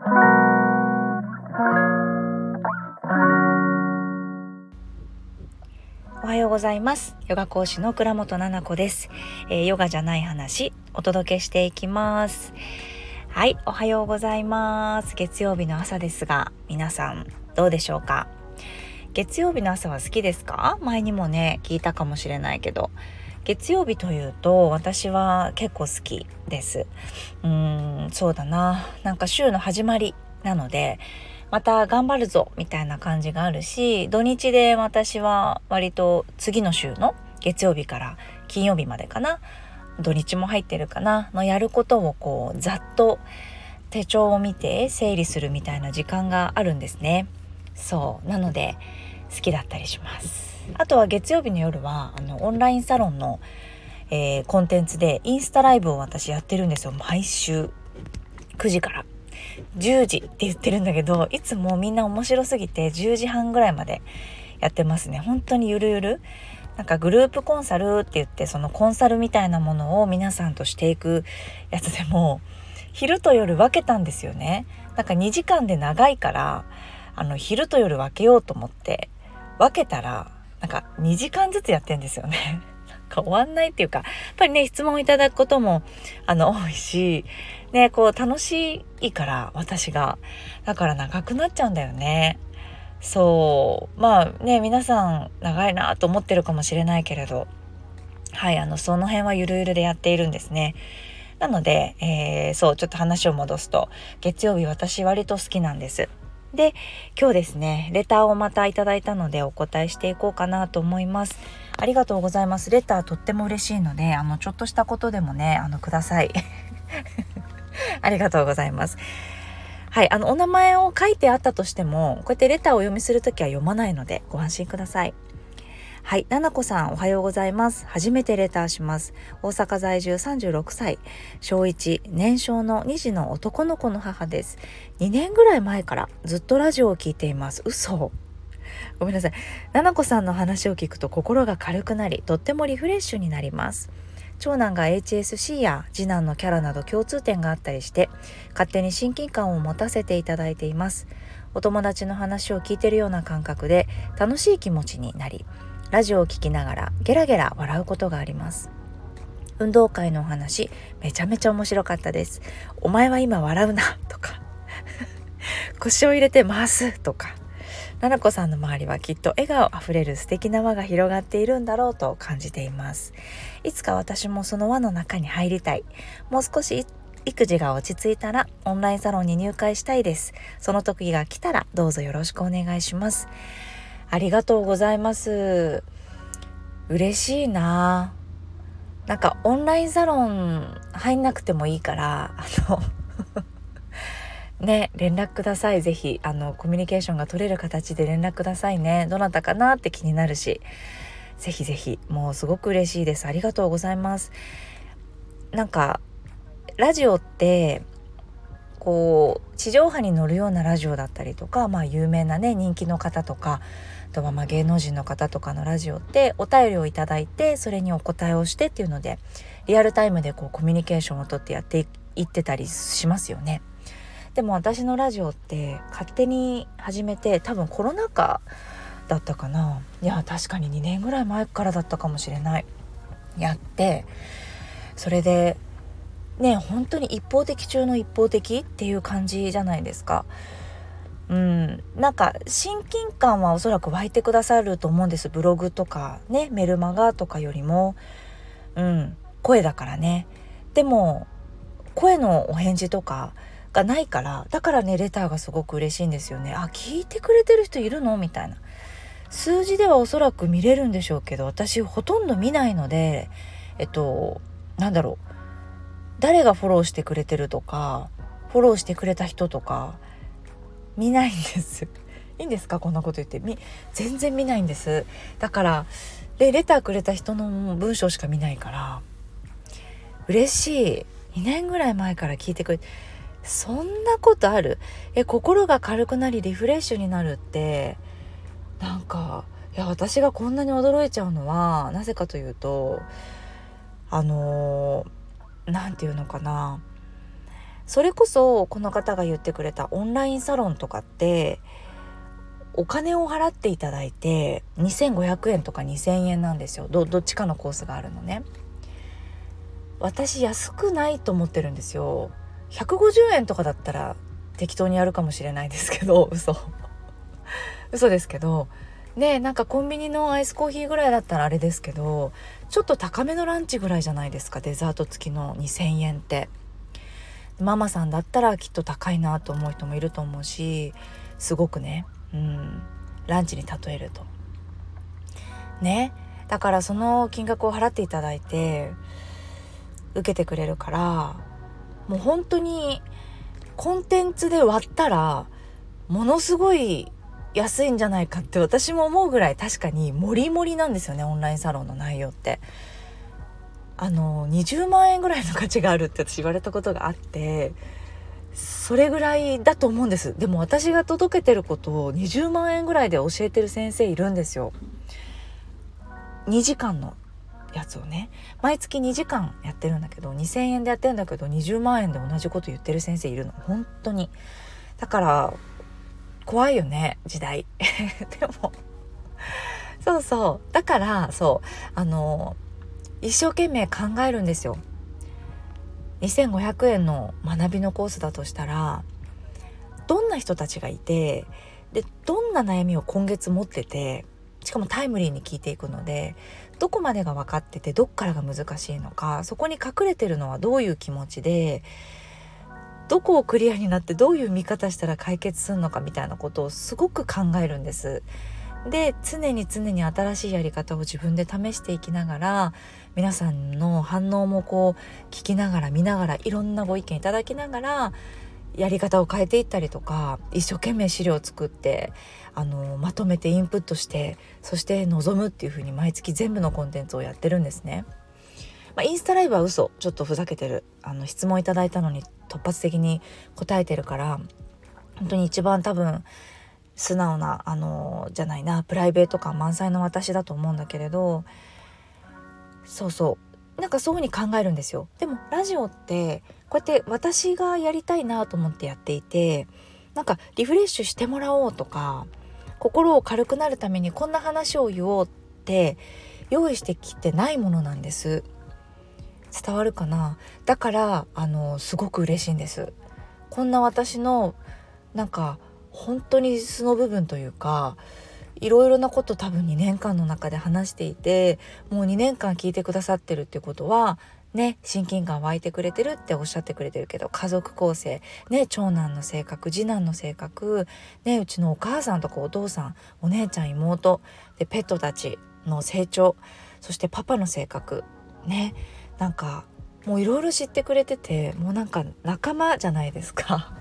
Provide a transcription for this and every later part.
おはようございます。ヨガ講師の倉本々子です。ヨガじゃない話お届けしていきます。はい、おはようございます。月曜日の朝ですが、皆さんどうでしょうか？月曜日の朝は好きですか？前にもね聞いたかもしれないけど、月曜日というと私は結構好きです。そうだな、なんか週の始まりなのでまた頑張るぞみたいな感じがあるし、土日で私は割と次の週の月曜日から金曜日までかな、土日も入ってるかなのやることをこうざっと手帳を見て整理するみたいな時間があるんですね。そうなので好きだったりします。あとは月曜日の夜はオンラインサロンの、コンテンツでインスタライブを私やってるんですよ。毎週9時から10時って言ってるんだけど、いつもみんな面白すぎて10時半ぐらいまでやってますね。本当にゆるゆる、なんかグループコンサルって言って、そのコンサルみたいなものを皆さんとしていくやつでも昼と夜分けたんですよね。なんか2時間で長いから昼と夜分けようと思って分けたら、なんか2時間ずつやってんですよね。終わんないっていうか、やっぱりね質問いただくことも多いしね、こう楽しいから私がだから長くなっちゃうんだよね。そうまあね、皆さん長いなと思ってるかもしれないけれど、はいその辺はゆるゆるでやっているんですね。なので、そうちょっと話を戻すと、月曜日私割と好きなんです。で今日ですね、レターをまたいただいたのでお答えしていこうかなと思います。ありがとうございます。レターとっても嬉しいのでちょっとしたことでもねください。ありがとうございます。はい、お名前を書いてあったとしても、こうやってレターをお読みするときは読まないのでご安心ください。はい、ななこさんおはようございます。初めてレターします。大阪在住36歳、小1、年少の2児の男の子の母です。2年ぐらい前からずっとラジオを聞いています。嘘。ごめんなさい。ななこさんの話を聞くと心が軽くなり、とってもリフレッシュになります。長男が HSC や次男のキャラなど共通点があったりして、勝手に親近感を持たせていただいています。お友達の話を聞いているような感覚で楽しい気持ちになり、ラジオを聞きながらゲラゲラ笑うことがあります。運動会のお話めちゃめちゃ面白かったです。お前は今笑うなとか腰を入れて回すとか、ななこさんの周りはきっと笑顔あふれる素敵な輪が広がっているんだろうと感じています。いつか私もその輪の中に入りたい。もう少し育児が落ち着いたらオンラインサロンに入会したいです。その時が来たらどうぞよろしくお願いします。ありがとうございます。嬉しいな。なんかオンラインサロン入んなくてもいいからね、連絡ください。ぜひコミュニケーションが取れる形で連絡くださいね。どなたかなって気になるし、ぜひぜひ、もうすごく嬉しいです。ありがとうございます。なんかラジオってこう地上波に乗るようなラジオだったりとか、有名なね人気の方とか、あとは芸能人の方とかのラジオってお便りをいただいて、それにお答えをしてっていうのでリアルタイムでこうコミュニケーションをとってやっていってたりしますよね。でも私のラジオって勝手に始めて、多分コロナ禍だったかな、いや確かに2年ぐらい前からだったかもしれない、やって、それでね本当に一方的中の一方的っていう感じじゃないですか。なんか親近感はおそらく湧いてくださると思うんです。ブログとかね、メルマガとかよりも声だからね。でも声のお返事とかがないから、だからねレターがすごく嬉しいんですよね。あ、聞いてくれてる人いるのみたいな。数字ではおそらく見れるんでしょうけど、私ほとんど見ないので、なんだろう、誰がフォローしてくれてるとか、フォローしてくれた人とか見ないんですいいんですかこんなこと言って。全然見ないんです。だからレターくれた人の文章しか見ないから嬉しい。2年ぐらい前から聞いてくれて、そんなことある？心が軽くなりリフレッシュになるって、なんか私がこんなに驚いちゃうのはなぜかというと、なんていうのかな、 それこそこの方が言ってくれたオンラインサロンとかってお金を払っていただいて2500円とか2000円なんですよ。どっちかのコースがあるのね。私安くないと思ってるんですよ。150円とかだったら適当にやるかもしれないですけど、嘘ですけどね、なんかコンビニのアイスコーヒーぐらいだったらあれですけど、ちょっと高めのランチぐらいじゃないですか、デザート付きの2000円って。ママさんだったらきっと高いなと思う人もいると思うし、すごくね、ランチに例えるとね。だからその金額を払っていただいて受けてくれるから、もう本当にコンテンツで割ったらものすごい安いんじゃないかって私も思うぐらい、確かにモリモリなんですよね、オンラインサロンの内容って。20万円ぐらいの価値があるって私言われたことがあって、それぐらいだと思うんです。でも私が届けてることを20万円ぐらいで教えてる先生いるんですよ。2時間のやつをね、毎月2時間やってるんだけど、2000円でやってるんだけど20万円で同じこと言ってる先生いるの、本当に。だから怖いよね、時代でもだから一生懸命考えるんですよ。2500円の学びのコースだとしたら、どんな人たちがいて、でどんな悩みを今月持ってて、しかもタイムリーに聞いていくので、どこまでが分かっててどっからが難しいのか、そこに隠れてるのはどういう気持ちで、どこをクリアになってどういう見方したら解決するのかみたいなことをすごく考えるんです。で常に新しいやり方を自分で試していきながら、皆さんの反応も聞きながら見ながら、いろんなご意見いただきながらやり方を変えていったりとか、一生懸命資料を作ってまとめてインプットして、そして臨むっていう風に毎月全部のコンテンツをやってるんですね。インスタライブはちょっとふざけてる、質問いただいたのに突発的に答えてるから、本当に一番多分素直なじゃないな、プライベート感満載の私だと思うんだけれど、なんかそういう風に考えるんですよ。でもラジオってこうやって私がやりたいなと思ってやっていて、なんかリフレッシュしてもらおうとか、心を軽くなるためにこんな話を言おうって用意してきてないものなんです。伝わるかな。だからすごく嬉しいんです。こんな私のなんか本当に素の部分というか、いろいろなこと多分2年間の中で話していて、もう2年間聞いてくださってるっていうことはね、親近感湧いてくれてるっておっしゃってくれてるけど、家族構成ね、長男の性格、次男の性格ね、うちのお母さんとかお父さん、お姉ちゃん、妹で、ペットたちの成長、そしてパパの性格ね、なんかもういろいろ知ってくれてて、もうなんか仲間じゃないですか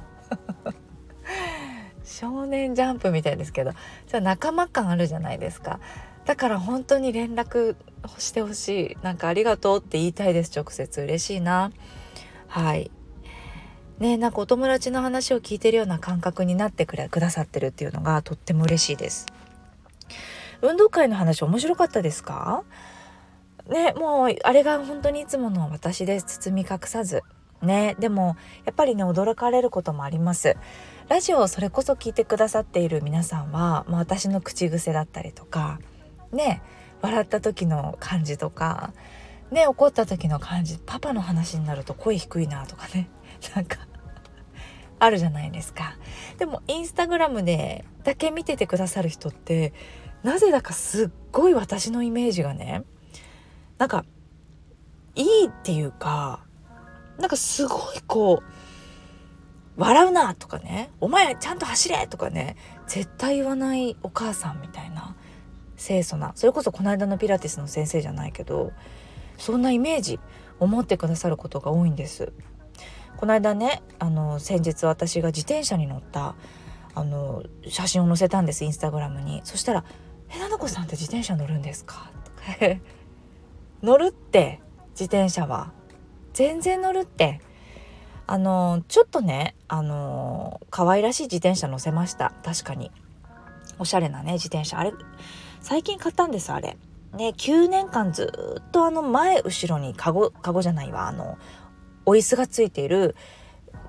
少年ジャンプみたいですけど、じゃあ仲間感あるじゃないですか。だから本当に連絡してほしい。なんかありがとうって言いたいです、直接。嬉しいな。はいね、なんかお友達の話を聞いてるような感覚になってくださってるっていうのがとっても嬉しいです。運動会の話面白かったですかね。もうあれが本当にいつもの私です。包み隠さずね。でもやっぱりね、驚かれることもあります。ラジオをそれこそ聞いてくださっている皆さんは、私の口癖だったりとかね、笑った時の感じとかね、怒った時の感じ、パパの話になると声低いなとかね、なんかあるじゃないですか。でもインスタグラムでだけ見ててくださる人って、なぜだかすっごい私のイメージがね、なんかいいっていうか、なんかすごい笑うなとかね、お前ちゃんと走れとかね、絶対言わないお母さんみたいな、清楚な、それこそこの間のピラティスの先生じゃないけど、そんなイメージを持ってくださることが多いんです。この間ね、先日私が自転車に乗った写真を載せたんです、インスタグラムに。そしたらななこさんって自転車乗るんですかとか乗るって、自転車は全然乗るって。ちょっとね、可愛らしい自転車乗せました。確かにおしゃれなね自転車、あれ最近買ったんです。あれね、9年間ずっと前後ろにカゴじゃないわ、お椅子がついている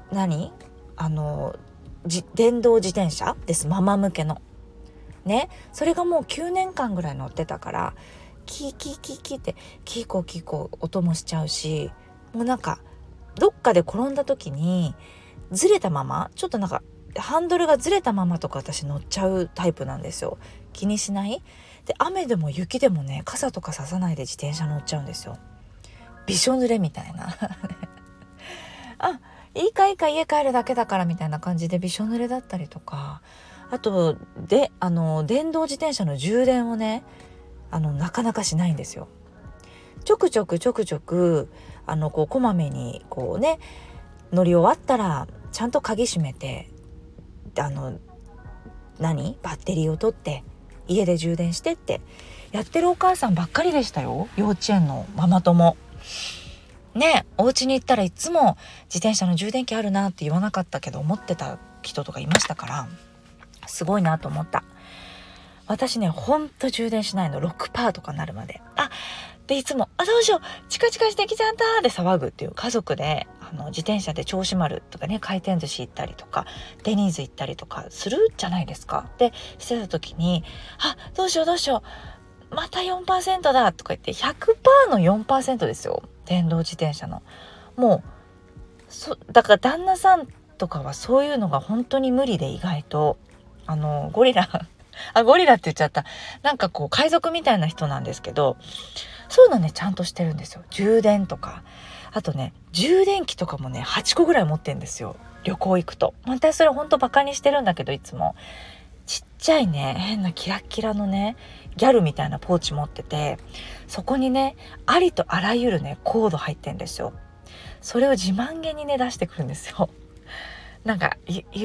電動自転車です。ママ向けのね。それがもう9年間ぐらい乗ってたから、キーキーキーキーってキーコーキーコー音もしちゃうし、もうなんかどっかで転んだ時にずれたまま、ちょっとなんかハンドルがずれたままとか私乗っちゃうタイプなんですよ。気にしないで、雨でも雪でもね、傘とかささないで自転車乗っちゃうんですよ。びしょ濡れみたいなあ、いいか家帰るだけだからみたいな感じでびしょ濡れだったりとか、あとで電動自転車の充電をね、なかなかしないんですよ。ちょくちょくこうこまめにこうね、乗り終わったらちゃんと鍵閉めて、バッテリーを取って家で充電してってやってるお母さんばっかりでしたよ。幼稚園のママ友ね。お家に行ったらいつも自転車の充電器あるなって言わなかったけど思ってた人とかいましたから、すごいなと思った。私ね、ほんと充電しないの。6% とかなるまで。でいつもどうしよう、チカチカしてきちゃったで騒ぐっていう家族で、自転車で銚子丸とかね、回転寿司行ったりとかデニーズ行ったりとかするじゃないですか。でしてた時にどうしようまた 4% だとか言って 100% の 4% ですよ、電動自転車の。もうだから旦那さんとかはそういうのが本当に無理で、意外とゴリラゴリラって言っちゃった。なんかこう海賊みたいな人なんですけど、そういうのねちゃんとしてるんですよ。充電とか、あとね充電器とかもね8個ぐらい持ってんですよ、旅行行くと。私それほんとバカにしてるんだけど、いつもちっちゃいね変なキラキラのねギャルみたいなポーチ持ってて、そこにねありとあらゆるねコード入ってんですよ。それを自慢げにね出してくるんですよ。なんか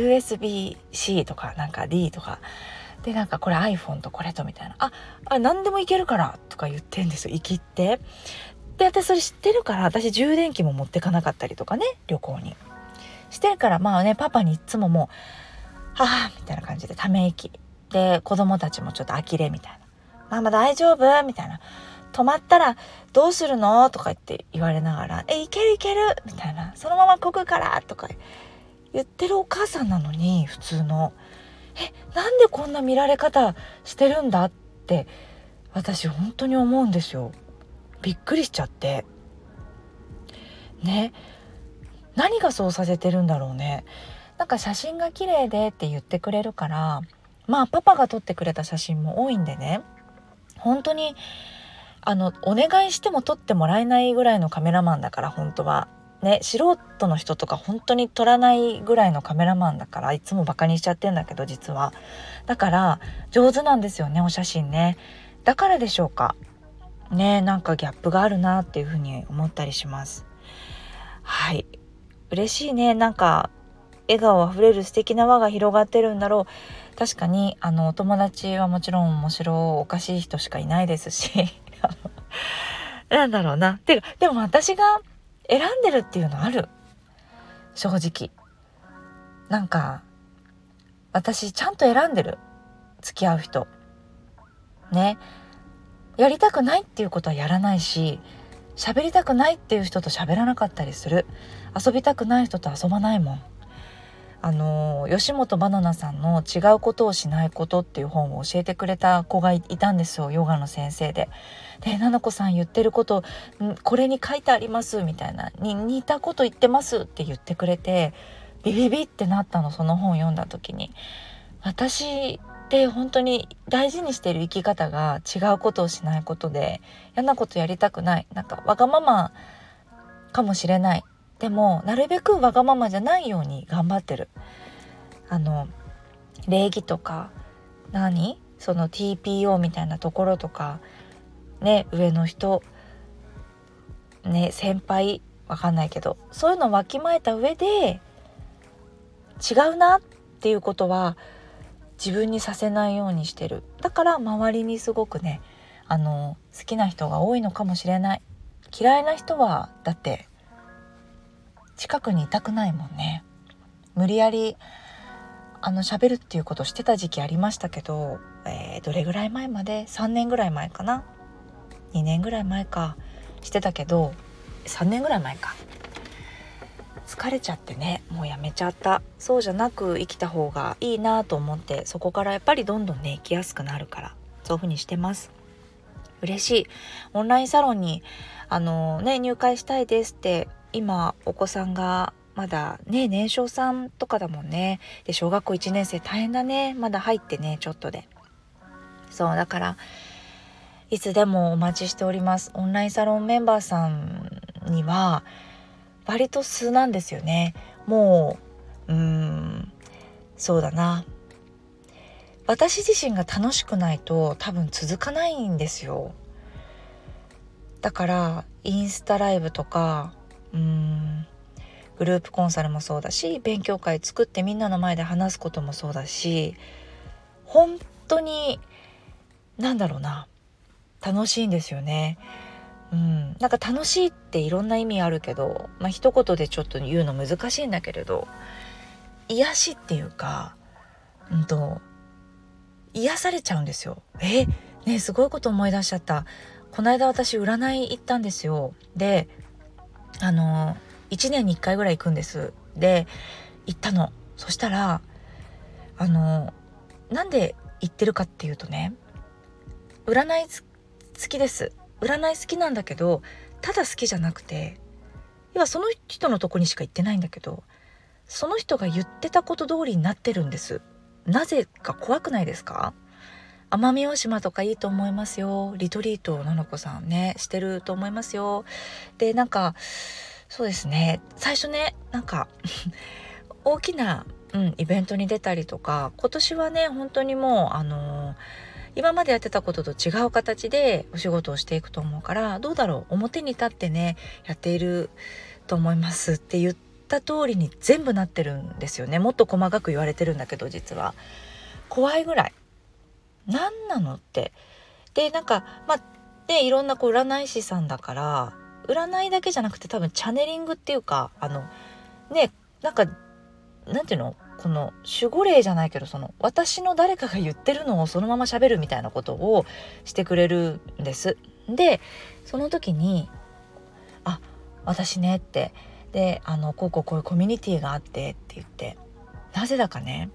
USB-C とかなんか D とかで、なんかこれ iPhone とこれとみたいな、何でもいけるからとか言ってんですよ、生きって。で私それ知ってるから、私充電器も持ってかなかったりとかね、旅行にしてるから、パパにいつももうみたいな感じでため息で、子供たちもちょっと呆れみたいな、ママ大丈夫みたいな、止まったらどうするのとか言われながら、いけるみたいな、そのままこぐからとか言ってるお母さんなのに、普通のなんでこんな見られ方してるんだって私本当に思うんですよ。びっくりしちゃってね。何がそうさせてるんだろうね。なんか写真が綺麗でって言ってくれるから、パパが撮ってくれた写真も多いんでね、本当にお願いしても撮ってもらえないぐらいのカメラマンだから、本当はね、素人の人とか本当に撮らないぐらいのカメラマンだから、いつもバカにしちゃってんだけど、実はだから上手なんですよね、お写真ね。だからでしょうかね。なんかギャップがあるなっていうふうに思ったりします。はい、嬉しいね。なんか笑顔あふれる素敵な輪が広がってるんだろう。確かにお友達はもちろん面白おかしい人しかいないですしなんだろうな。でも私が選んでるっていうのある、正直。なんか私ちゃんと選んでる、付き合う人ね。やりたくないっていうことはやらないし、喋りたくないっていう人と喋らなかったりする。遊びたくない人と遊ばないもん。吉本ばななさんの違うことをしないことっていう本を教えてくれた子がいたんですよ、ヨガの先生で。で、ななこさん言ってることこれに書いてありますみたいな、に似たこと言ってますって言ってくれて、ビビビってなったの、その本読んだ時に。私って本当に大事にしている生き方が違うことをしないことで、嫌なことやりたくない、なんかわがままかもしれない、でもなるべくわがままじゃないように頑張ってる。礼儀とかその TPO みたいなところとかね、上の人ね、先輩わかんないけど、そういうのをわきまえた上で、違うなっていうことは自分にさせないようにしてる。だから周りにすごくね好きな人が多いのかもしれない。嫌いな人はだって近くにいたくないもんね。無理やり喋るっていうことをしてた時期ありましたけど、どれぐらい前まで、3年ぐらい前かな、2年ぐらい前かしてたけど、3年ぐらい前か疲れちゃってねもうやめちゃった。そうじゃなく生きた方がいいなと思って、そこからやっぱりどんどんね生きやすくなるから、そういう風にしてます。嬉しい。オンラインサロンに入会したいですって、今お子さんがまだね年少さんとかだもんね。で小学校1年生大変だね、まだ入ってねちょっとで。そうだからいつでもお待ちしております。オンラインサロンメンバーさんには割と素なんですよね。もうそうだな、私自身が楽しくないと多分続かないんですよ。だからインスタライブとかグループコンサルもそうだし、勉強会作ってみんなの前で話すこともそうだし、本当になんだろうな、楽しいんですよね。なんか楽しいっていろんな意味あるけど、一言でちょっと言うの難しいんだけれど、癒しっていうか、癒されちゃうんですよ。ね、すごいこと思い出しちゃった。この間私占い行ったんですよ。で1年に1回ぐらい行くんです。で行ったの。そしたらなんで行ってるかっていうとね、占い好きです。占い好きなんだけど、ただ好きじゃなくて、要はその人のとこにしか行ってないんだけど、その人が言ってたこと通りになってるんです。なぜか怖くないですか？奄美大島とかいいと思いますよ。リトリートののこさんねしてると思いますよ。でなんかそうですね、最初ねなんか大きな、イベントに出たりとか、今年はね本当にもう今までやってたことと違う形でお仕事をしていくと思うから、どうだろう、表に立ってねやっていると思いますって言った通りに全部なってるんですよね。もっと細かく言われてるんだけど、実は怖いぐらい。何なのって。でなんかいろんな占い師さんだから、占いだけじゃなくて多分チャネリングっていうかなんかなんていうの、この守護霊じゃないけど、その私の誰かが言ってるのをそのまま喋るみたいなことをしてくれるんです。でその時に私ねって、でこういうコミュニティがあってって言って、なぜだかね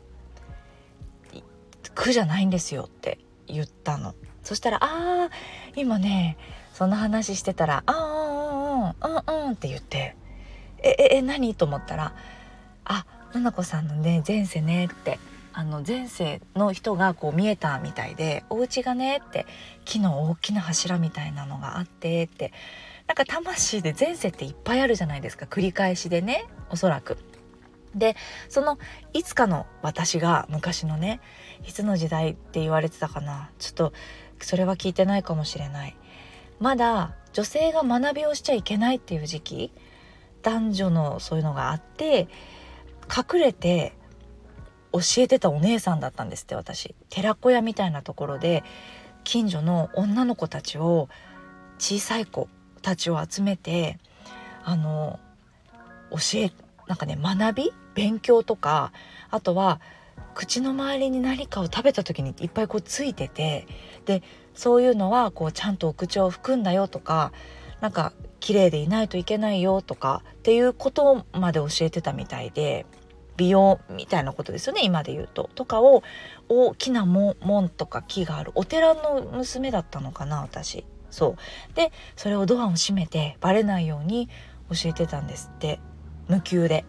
苦じゃないんですよって言ったの。そしたら今ねそんな話してたらって言って、何と思ったら、ななこさんのね前世ねって、前世の人が見えたみたいで、お家がねって木の大きな柱みたいなのがあってって、なんか魂で前世っていっぱいあるじゃないですか、繰り返しでね、おそらく。でそのいつかの私が昔のね、いつの時代って言われてたかな、ちょっとそれは聞いてないかもしれない。まだ女性が学びをしちゃいけないっていう時期、男女のそういうのがあって、隠れて教えてたお姉さんだったんですって。私寺子屋みたいなところで近所の女の子たちを、小さい子たちを集めて学び勉強とか、あとは口の周りに何かを食べた時にいっぱいついてて、でそういうのはちゃんとお口を拭くんだよとか、なんか綺麗でいないといけないよとかっていうことまで教えてたみたいで、美容みたいなことですよね今で言うと、とかを、大きな門とか木があるお寺の娘だったのかな私。そうでそれをドアを閉めてバレないように教えてたんですって、無給で。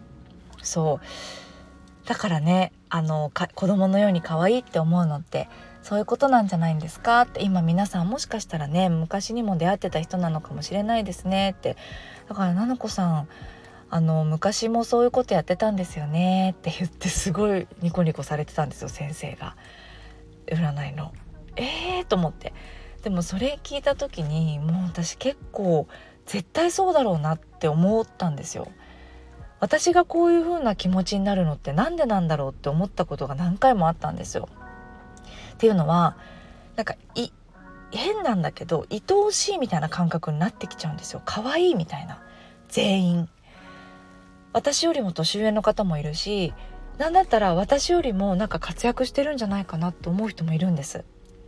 そうだからね、子供のように可愛いって思うのってそういうことなんじゃないんですかって。今皆さんもしかしたらね、昔にも出会ってた人なのかもしれないですねって。だからななこさん昔もそういうことやってたんですよねって言って、すごいニコニコされてたんですよ、先生が。占いのと思って。でもそれ聞いた時に、もう私結構絶対そうだろうなって思ったんですよ。私がこういう風な気持ちになるのってなんでなんだろうって思ったことが何回もあったんですよ。っていうのはなんか変なんだけど愛おしいみたいな感覚になってきちゃうんですよ。可愛いみたいな。全員私よりも年上の方もいるし、なんだったら私よりもなんか活躍してるんじゃないかなと思う人もいるんです。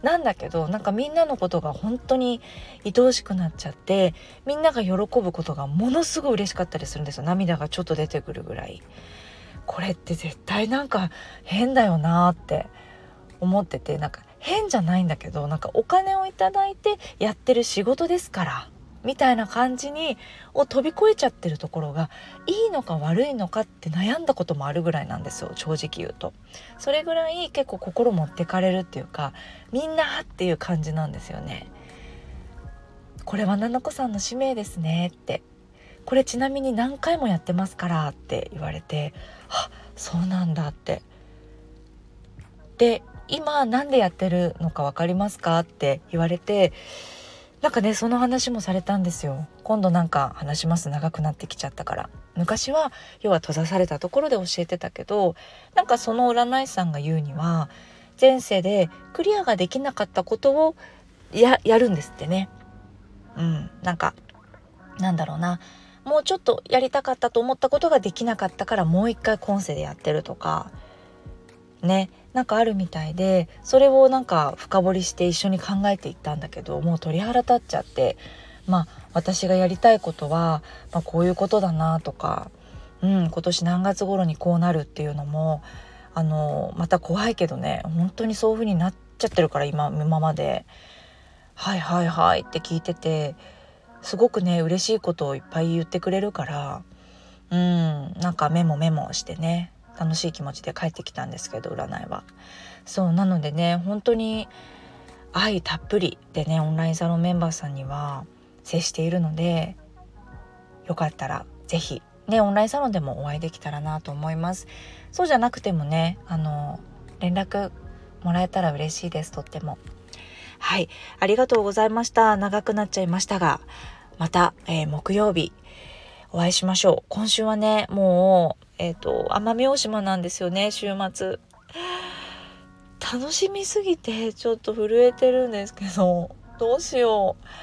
なんだけどなんかみんなのことが本当に愛おしくなっちゃって、みんなが喜ぶことがものすごい嬉しかったりするんですよ。涙がちょっと出てくるぐらい。これって絶対なんか変だよなって思ってて、なんか変じゃないんだけど、なんかお金をいただいてやってる仕事ですからみたいな感じに飛び越えちゃってるところがいいのか悪いのかって悩んだこともあるぐらいなんですよ、正直言うと。それぐらい結構心持ってかれるっていうか、みんなっていう感じなんですよね。これはななこさんの使命ですねって、これちなみに何回もやってますからって言われて、あ、そうなんだって。で、今なんでやってるのか分かりますかって言われて、なんかねその話もされたんですよ。今度なんか話します、長くなってきちゃったから。昔は要は閉ざされたところで教えてたけど、なんかその占い師さんが言うには、前世でクリアができなかったことをやるんですってね。なんかなんだろうな、もうちょっとやりたかったと思ったことができなかったからもう一回今世でやってるとかね、なんかあるみたいで、それをなんか深掘りして一緒に考えていったんだけど、もう鳥肌立っちゃって、私がやりたいことは、こういうことだなとか、今年何月頃にこうなるっていうのもまた怖いけどね、本当にそういう風になっちゃってるから、今まではいはいはいって聞いてて、すごくね嬉しいことをいっぱい言ってくれるから、なんかメモしてね、楽しい気持ちで帰ってきたんですけど、占いは。そうなのでね、本当に愛たっぷりでね、オンラインサロンメンバーさんには接しているので、よかったらぜひねオンラインサロンでもお会いできたらなと思います。そうじゃなくてもね、連絡もらえたら嬉しいです、とっても。はい、ありがとうございました。長くなっちゃいましたが、また、木曜日お会いしましょう。今週はねもう奄美大島なんですよね、週末。楽しみすぎてちょっと震えてるんですけど、どうしよう。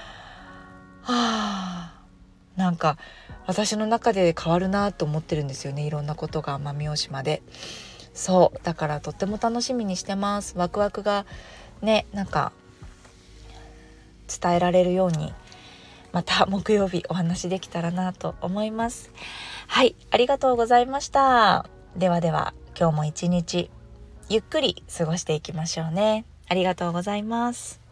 なんか私の中で変わるなと思ってるんですよね、いろんなことが奄美大島で。そうだからとっても楽しみにしてます。ワクワクがね、なんか伝えられるように、また木曜日お話できたらなと思います。はい、ありがとうございました。ではでは、今日も一日ゆっくり過ごしていきましょうね。ありがとうございます。